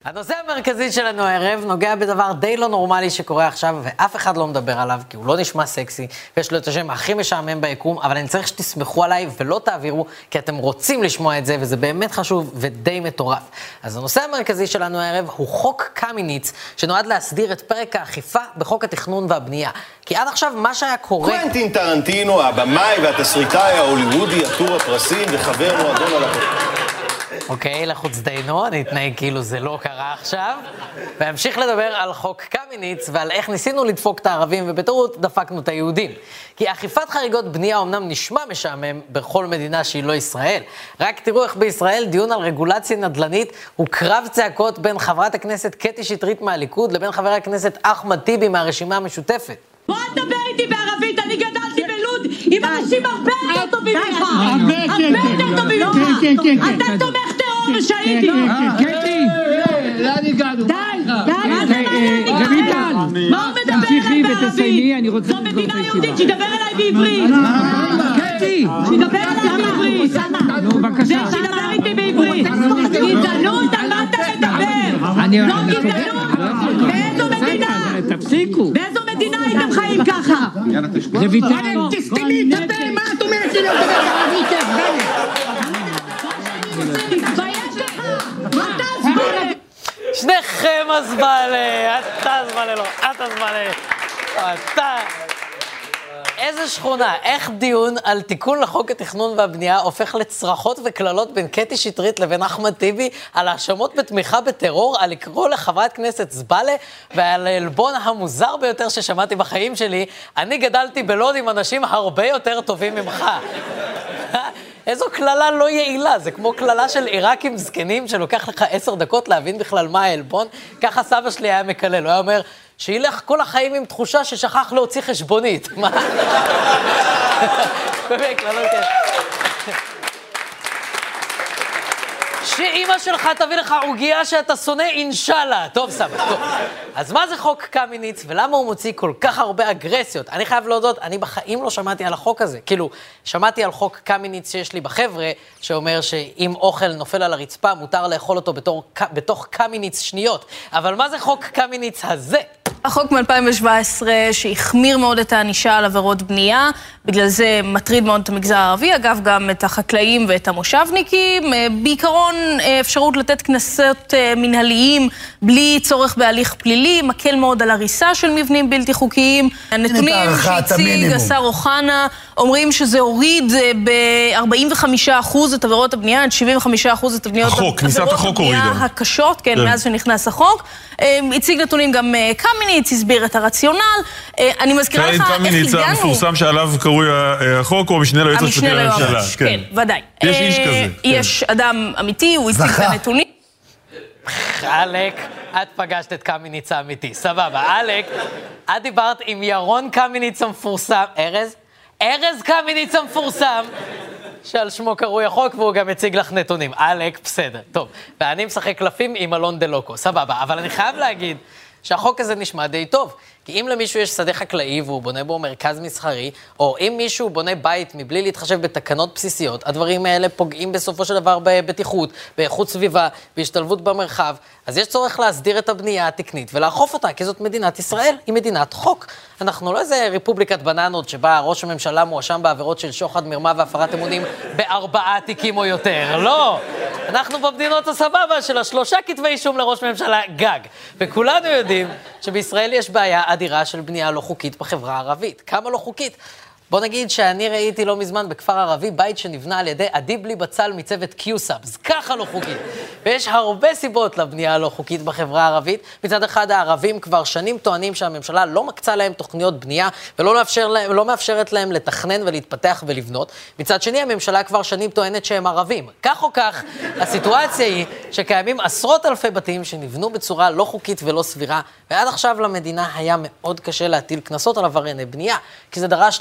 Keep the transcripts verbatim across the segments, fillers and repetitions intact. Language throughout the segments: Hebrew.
הנושא המרכזי שלנו הערב נוגע בדבר די לא נורמלי שקורה עכשיו, ואף אחד לא מדבר עליו, כי הוא לא נשמע סקסי, ויש לו את השם הכי משעמם ביקום, אבל אני צריך שתסמכו עליי ולא תעבירו, כי אתם רוצים לשמוע את זה, וזה באמת חשוב ודי מטורף. אז הנושא המרכזי שלנו הערב הוא חוק קמיניץ, שנועד להסדיר את פרק האכיפה בחוק התכנון והבנייה. כי עד עכשיו מה שהיה קורה... קוונטין טרנטינו, הבמאי והתסריטאי ההוליוודי, עטור הפרסים וחבר מועדון הלקוחות. אוקיי, לחוץ דיינו, אני אתנהג כאילו זה לא קרה עכשיו, והמשיך לדבר על חוק קמיניץ ועל איך ניסינו לדפוק את הערבים, ובטעות דפקנו את היהודים. כי אכיפת חריגות בנייה אומנם נשמע משעמם בכל מדינה שהיא לא ישראל. רק תראו איך בישראל דיון על רגולציה נדל"נית הוא קרב צעקות בין חברת הכנסת קטי שטרית מהליכוד לבין חבר הכנסת אחמד טיבי מהרשימה המשותפת. בוא תדבר איתי בערבית, אני גדלתי בלוד עם אנשים הרבה יותר טובים ממך. הרבה יותר טובים ממך. אתה תומך טרור ושהידים. קטי, לאן הגענו? די, די. רויטל, מה הוא מדבר אליי בערבית? זו מדינה יהודית, שידבר אליי בעברית. קטי, שידבר אליי בעברית. נו, בבקשה. שידבר איתי בעברית. גזענות, על מה אתה מדבר? לא גזענות. באיזו מדינה? תפסיקו. באיזו מדינה הייתם חיים ככה? רויטל, תסתמי, תדבר, מה את אומרת לי? תתבייש לך. אתה זמן. שניכם הזמלה, אתה הזמלה לא, אתה הזמלה, אתה... איזה שכונה, איך דיון על תיקון לחוק התכנון והבנייה הופך לצרחות וכללות בין קטי שטרית לבין אחמד טיבי על האשמות בתמיכה בטרור, על לקרוא לחברת כנסת זבלה ועל אלבון המוזר ביותר ששמעתי בחיים שלי, אני גדלתי בלוד עם אנשים הרבה יותר טובים ממך. איזו כללה לא יעילה, זה כמו כללה של עיראקים זקנים שלוקח לך עשר דקות להבין בכלל מה האלבון, ככה סבא שלי היה מקלל, הוא היה אומר, שילך כל החיים עם תחושה ששכח להוציא חשבונית. מה? באמת, לא יודע. שאמא שלך תביא לך עוגיה שאתה שונא אינשאללה. טוב, סבא, טוב. אז מה זה חוק קמיניץ ולמה הוא מוציא כל כך הרבה אגרסיות? אני חייב להודות, אני בחיים לא שמעתי על החוק הזה. כאילו, שמעתי על חוק קמיניץ שיש לי בחבר'ה, שאומר שאם אוכל נופל על הרצפה, מותר לאכול אותו בתור, בתוך קמיניץ שניות. אבל מה זה חוק קמיניץ הזה? החוק מ-אלפיים שבע עשרה שהחמיר מאוד את הענישה על עבירות בנייה, בגלל זה מטריד מאוד את המגזר הערבי, אגב גם את החקלאים ואת המושבניקים, בעיקרון אפשרות לתת כנסות מנהליים בלי צורך בהליך פלילי, מקל מאוד על הריסה של מבנים בלתי חוקיים. הנתונים שהציג השר אוחנה אומרים שזה הוריד ב-ארבעים וחמישה אחוז את עבירות הבנייה, עד שבעים וחמישה אחוז את הבניות עבירות הבנייה הקשות, כן, מאז שנכנס החוק. הציג נתונים גם קמיניץ, הסביר את הרציונל. אני מזכירה לך איך הגענו. קמיניץ המפורסם שעליו קרוי החוק, או המשנה ליועץ המשפטי לממשלה. כן, ודאי. יש איש כזה. יש אדם אמיתי, הוא הציג את הנתונים. אלק, את פגשת את קמיניץ האמיתי, סבבה. אלק, את דיברת עם ירון קמיניץ המפורסם, ארז? ארז קמיניץ המפורסם, שעל שמו קרוי החוק, והוא גם הציג לך נתונים. אלק, בסדר, טוב. ואני משחק קלפים עם אלון דלוקו, סבבה. אבל אני חייב להגיד שהחוק הזה נשמע די טוב. כי אם למישהו יש שדה חקלאי והוא בונה בו מרכז מסחרי, או אם מישהו בונה בית מבלי להתחשב בתקנות בסיסיות, הדברים האלה פוגעים בסופו של דבר בבטיחות, באיכות סביבה, בהשתלבות במרחב, אז יש צורך להסדיר את הבנייה התקנית ולאכוף אותה, כי זאת מדינת ישראל, היא מדינת חוק. אנחנו לא איזה רפובליקת בננות שבה ראש הממשלה מואשם בעבירות של שוחד, מרמה והפרת אמונים בארבעה תיקים או יותר. לא! אנחנו במדינות הסבבה של השלושה כתבי אישום לראש ממשלה גג. וכולנו יודעים שבישראל יש בעיה אדירה של בנייה לא חוקית בחברה הערבית. כמה לא חוקית? בוא נגיד שאני ראיתי לא מזמן בכפר ערבי בית שנבנה על ידי עדי בלי בצל מצוות קיוסאבס. ככה לא חוקית. ויש הרבה סיבות לבנייה הלא חוקית בחברה הערבית. מצד אחד הערבים כבר שנים טוענים שהממשלה לא מקצה להם תוכניות בנייה ולא מאפשר להם, לא מאפשרת להם לתכנן ולהתפתח ולבנות. מצד שני הממשלה כבר שנים טוענת שהם ערבים. כך או כך, הסיטואציה היא שקיימים עשרות אלפי בתים שנבנו בצורה לא חוקית ולא סבירה, ועד עכשיו למדינה היה מאוד קשה להטיל קנסות על עברייני בנייה, כי זה דרש לפתוח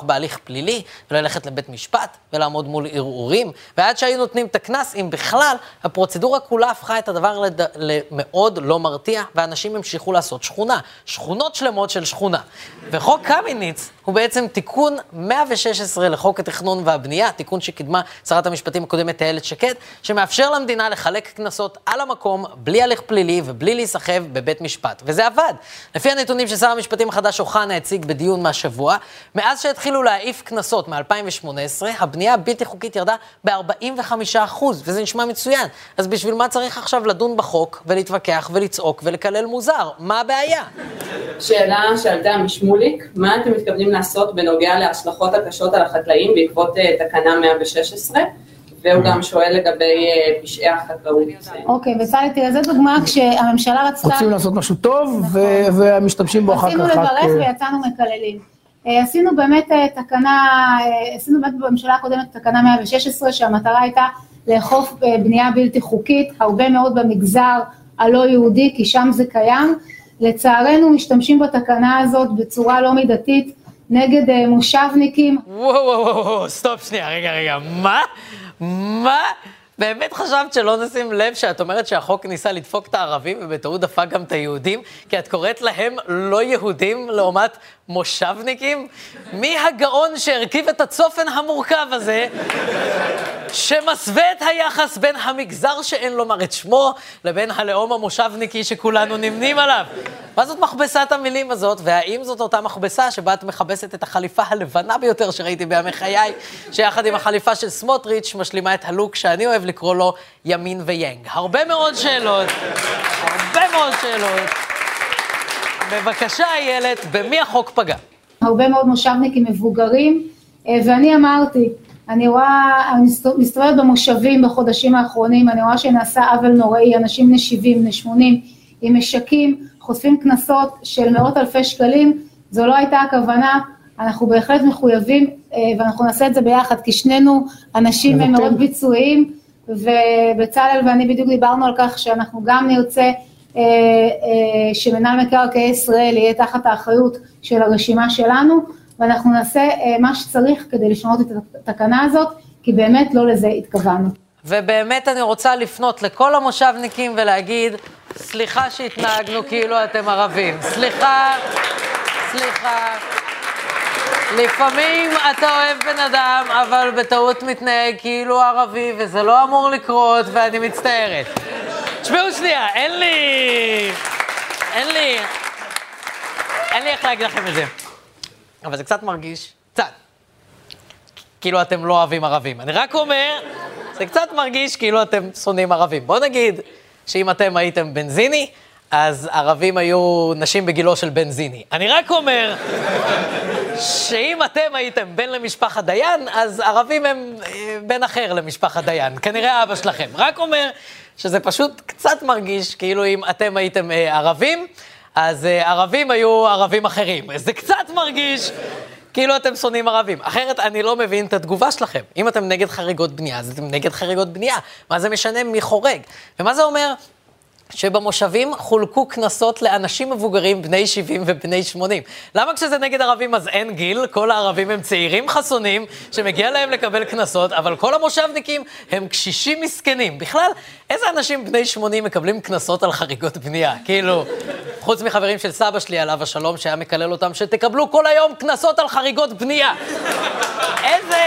לפתוח בהליך פלילי, וללכת לבית משפט, ולעמוד מול ערעורים, ועד שהיו נותנים את הכנס, אם בכלל, הפרוצדורה כולה הפכה את הדבר לד... למאוד לא מרתיע, ואנשים המשיכו לעשות שכונה, שכונות שלמות של שכונה. וחוק קמיניץ הוא בעצם תיקון מאה ושש עשרה לחוק התכנון והבנייה, תיקון שקידמה שרת המשפטים הקודמת איילת שקד, שמאפשר למדינה לחלק כנסות על המקום, בלי הליך פלילי ובלי להיסחב בבית משפט. וזה עבד. לפי הנתונים ששר המשפטים החדש אוחנה הציג בדיון מהשבוע, מאז שהתחילו להעיף כנסות מ-אלפיים ושמונה עשרה, הבנייה הבלתי חוקית ירדה ב-ארבעים וחמישה אחוז, וזה נשמע מצוין. אז בשביל מה צריך עכשיו לדון בחוק ולהתווכח ולצעוק ולקלל מוזר? מה הבעיה? שאלה שעלתה משמוליק, מה אתם מתכוונים לעשות בנוגע להשלכות הקשות על החקלאים בעקבות תקנה מאה ושש עשרה? והוא גם שואל לגבי פשעי החקלאות. אוקיי, בצלאל, תראה, זו דוגמה כשהממשלה רצתה... רוצים לעשות משהו טוב ומשתמשים בו אחר כך. עשינו לברך ויצאנו מקללים. עשינו באמת תקנה, עשינו באמת בממשלה הקודמת תקנה מאה ושש עשרה, שהמטרה הייתה לאכוף בנייה בלתי חוקית, הרבה מאוד במגזר הלא יהודי, כי שם זה קיים. לצערנו משתמשים בתקנה הזאת בצורה לא מידתית, נגד מושבניקים. וואו, וואו, וואו, סטופ שנייה, רגע, רגע, מה? מה? באמת חשבת שלא נשים לב שאת אומרת שהחוק ניסה לדפוק את הערבים ובטעות דפק גם את היהודים? כי את קוראת להם לא יהודים לעומת מושבניקים? מי הגאון שהרכיב את הצופן המורכב הזה שמסווה את היחס בין המגזר שאין לומר את שמו לבין הלאום המושבניקי שכולנו נמנים עליו? מה זאת מכבסת המילים הזאת? והאם זאת אותה מכבסה שבה את מכבסת את החליפה הלבנה ביותר שראיתי בימי חיי, שיחד עם החליפה של סמוטריץ' משלימה את הלוק שאני אוהב לקרוא לו ימין ויינג? הרבה מאוד שאלות, הרבה מאוד שאלות. בבקשה איילת, במי החוק פגע? הרבה מאוד מושבניקים מבוגרים, ואני אמרתי, אני רואה, אני מסתובבת במושבים בחודשים האחרונים, אני רואה שנעשה עוול נוראי, אנשים נשיבים, נשמונים, עם משקים, חושפים כנסות של מאות אלפי שקלים, זו לא הייתה הכוונה, אנחנו בהחלט מחויבים, ואנחנו נעשה את זה ביחד, כי שנינו אנשים מאוד ביצועיים, ובצלאל ואני בדיוק דיברנו על כך שאנחנו גם נרצה, שמנהל מקרקעי ישראל יהיה תחת האחריות של הרשימה שלנו, ואנחנו נעשה מה שצריך כדי לשנות את התקנה הזאת, כי באמת לא לזה התכוונו. ובאמת אני רוצה לפנות לכל המושבניקים ולהגיד, סליחה שהתנהגנו כאילו אתם ערבים. סליחה, סליחה. לפעמים אתה אוהב בן אדם, אבל בטעות מתנהג כאילו ערבי, וזה לא אמור לקרות, ואני מצטערת. תשמעו שנייה, אין לי... אין לי... אין לי איך להגיד לכם את זה. אבל זה קצת מרגיש, קצת. כאילו אתם לא אוהבים ערבים. אני רק אומר, זה קצת מרגיש כאילו אתם שונאים ערבים. בואו נגיד שאם אתם הייתם בנזיני, אז ערבים היו נשים בגילו של בנזיני. אני רק אומר שאם אתם הייתם בן למשפחת דיין, אז ערבים הם בן אחר למשפחת דיין. כנראה אבא שלכם. רק אומר שזה פשוט קצת מרגיש כאילו אם אתם הייתם ערבים, אז ערבים היו ערבים אחרים. זה קצת מרגיש כאילו אתם שונאים ערבים. אחרת אני לא מבין את התגובה שלכם. אם אתם נגד חריגות בנייה, אז אתם נגד חריגות בנייה. מה זה משנה מי חורג? ומה זה אומר? שבמושבים חולקו כנסות לאנשים מבוגרים בני שבעים ובני שמונים. למה כשזה נגד ערבים אז אין גיל? כל הערבים הם צעירים חסונים שמגיע להם לקבל כנסות, אבל כל המושבניקים הם קשישים מסכנים. בכלל, איזה אנשים בני שמונים מקבלים כנסות על חריגות בנייה? כאילו, חוץ מחברים של סבא שלי עליו השלום שהיה מקלל אותם שתקבלו כל היום כנסות על חריגות בנייה. איזה...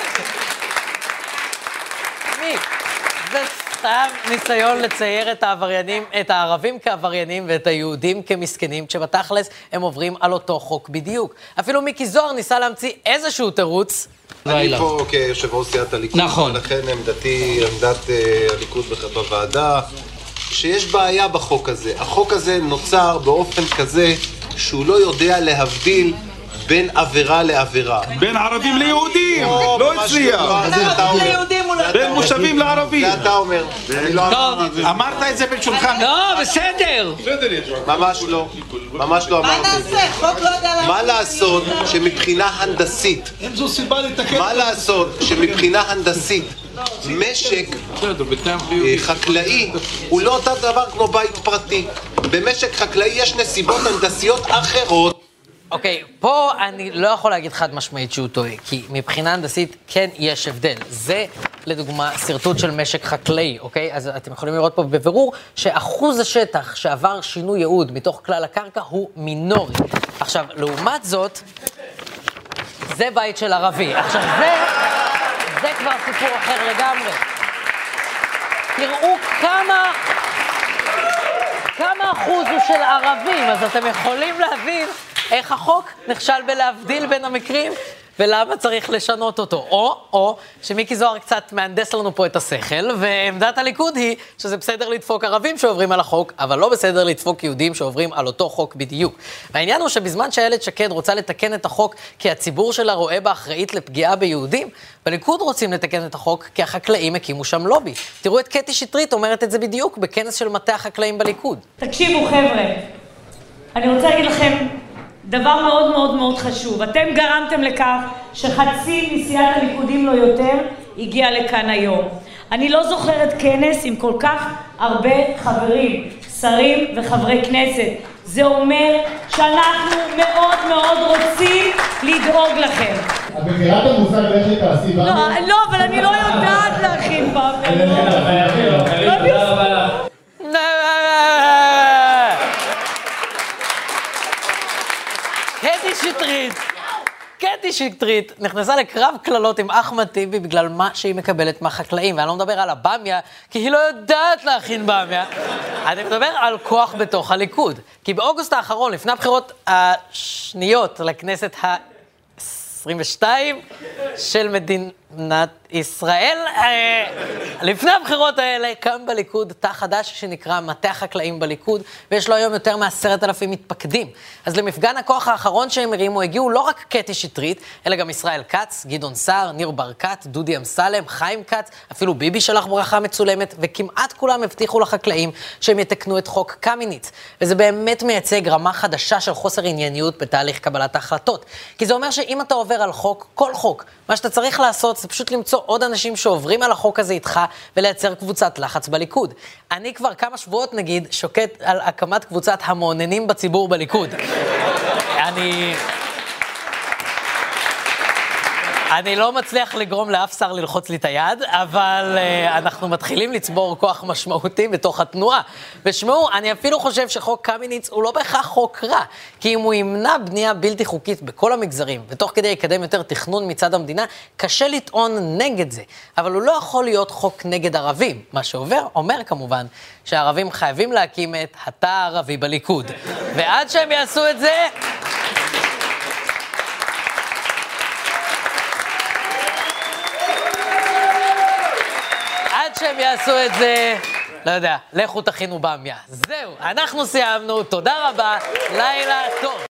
מי? זה... סתם ניסיון לצייר את העבריינים, את הערבים כעבריינים ואת היהודים כמסכנים, כשבתכלס הם עוברים על אותו חוק בדיוק. אפילו מיקי זוהר ניסה להמציא איזשהו תירוץ. אני פה כיושב ראש סיעת הליכוד, נכון. ולכן עמדתי, עמדת הליכוד בוועדה, שיש בעיה בחוק הזה. החוק הזה נוצר באופן כזה שהוא לא יודע להבדיל בין עבירה לעבירה. בין ערבים ליהודים, לא הצליח. בין מושבים לערבים. זה אתה אומר. אמרת את זה בלשונך. לא, בסדר. ממש לא. ממש לא אמרתי את זה. מה לעשות שמבחינה הנדסית, מה לעשות שמבחינה הנדסית, משק חקלאי הוא לא אותו דבר כמו בית פרטי. במשק חקלאי יש נסיבות הנדסיות אחרות. אוקיי, פה אני לא יכול להגיד חד משמעית שהוא טועה, כי מבחינה הנדסית כן יש הבדל. זה, לדוגמה, סרטוט של משק חקלאי, אוקיי? אז אתם יכולים לראות פה בבירור שאחוז השטח שעבר שינוי ייעוד מתוך כלל הקרקע הוא מינורי. עכשיו, לעומת זאת, זה בית של ערבי. עכשיו, זה, זה כבר סיפור אחר לגמרי. תראו כמה... כמה אחוז הוא של ערבים, אז אתם יכולים להבין איך החוק נכשל בלהבדיל בין המקרים ולמה צריך לשנות אותו. או, או, שמיקי זוהר קצת מהנדס לנו פה את השכל, ועמדת הליכוד היא שזה בסדר לדפוק ערבים שעוברים על החוק, אבל לא בסדר לדפוק יהודים שעוברים על אותו חוק בדיוק. והעניין הוא שבזמן שאיילת שקד רוצה לתקן את החוק כי הציבור שלה רואה בה אחראית לפגיעה ביהודים, בליכוד רוצים לתקן את החוק כי החקלאים הקימו שם לובי. תראו את קטי שטרית אומרת את זה בדיוק בכנס של מטה החקלאים בליכוד. תקשיבו חבר'ה, אני רוצה להגיד לכם דבר מאוד מאוד מאוד חשוב. אתם גרמתם לכך שחצי מסיעת הליכודים לא יותר הגיע לכאן היום. אני לא זוכרת כנס עם כל כך הרבה חברים, שרים וחברי כנסת. זה אומר שאנחנו מאוד מאוד רוצים לדאוג לכם. את מכירה את המושג לכי תעשי באמר? לא, לא, אבל אני לא יודעת להכין באמר. קטי שטרית, קטי שטרית נכנסה לקרב כללות עם אחמד טיבי בגלל מה שהיא מקבלת מהחקלאים, ואני לא מדבר על הבאמיה, כי היא לא יודעת להכין באמיה. אני מדבר על כוח בתוך הליכוד, כי באוגוסט האחרון, לפני הבחירות השניות לכנסת ה-עשרים ושתיים של מדינת ישראל, לפני הבחירות האלה קם בליכוד תא חדש שנקרא מטה החקלאים בליכוד, ויש לו היום יותר מעשרת אלפים מתפקדים. אז למפגן הכוח האחרון שהם הרימו הגיעו לא רק קטי שטרית, אלא גם ישראל כץ, גדעון סער, ניר ברקת, דודי אמסלם, חיים כץ, אפילו ביבי שלח ברכה מצולמת, וכמעט כולם הבטיחו לחקלאים שהם יתקנו את חוק קמיניץ. וזה באמת מייצג רמה חדשה של חוסר ענייניות בתהליך קבלת ההחלטות. כי זה אומר שאם אתה עובר על חוק, כל חוק, מה שאתה צריך לעשות זה פשוט למצוא עוד אנשים שעוברים על החוק הזה איתך ולייצר קבוצת לחץ בליכוד. אני כבר כמה שבועות נגיד שוקט על הקמת קבוצת המעוננים בציבור בליכוד. אני... אני לא מצליח לגרום לאף שר ללחוץ לי את היד, אבל uh, אנחנו מתחילים לצבור כוח משמעותי בתוך התנועה. ושמעו, אני אפילו חושב שחוק קמיניץ הוא לא בהכרח חוק רע, כי אם הוא ימנע בנייה בלתי חוקית בכל המגזרים, ותוך כדי יקדם יותר תכנון מצד המדינה, קשה לטעון נגד זה. אבל הוא לא יכול להיות חוק נגד ערבים. מה שעובר, אומר כמובן, שהערבים חייבים להקים את התא הערבי בליכוד. ועד שהם יעשו את זה... עד שהם יעשו את זה, לא יודע, לכו תכינו באמיה. זהו, אנחנו סיימנו, תודה רבה, לילה טוב.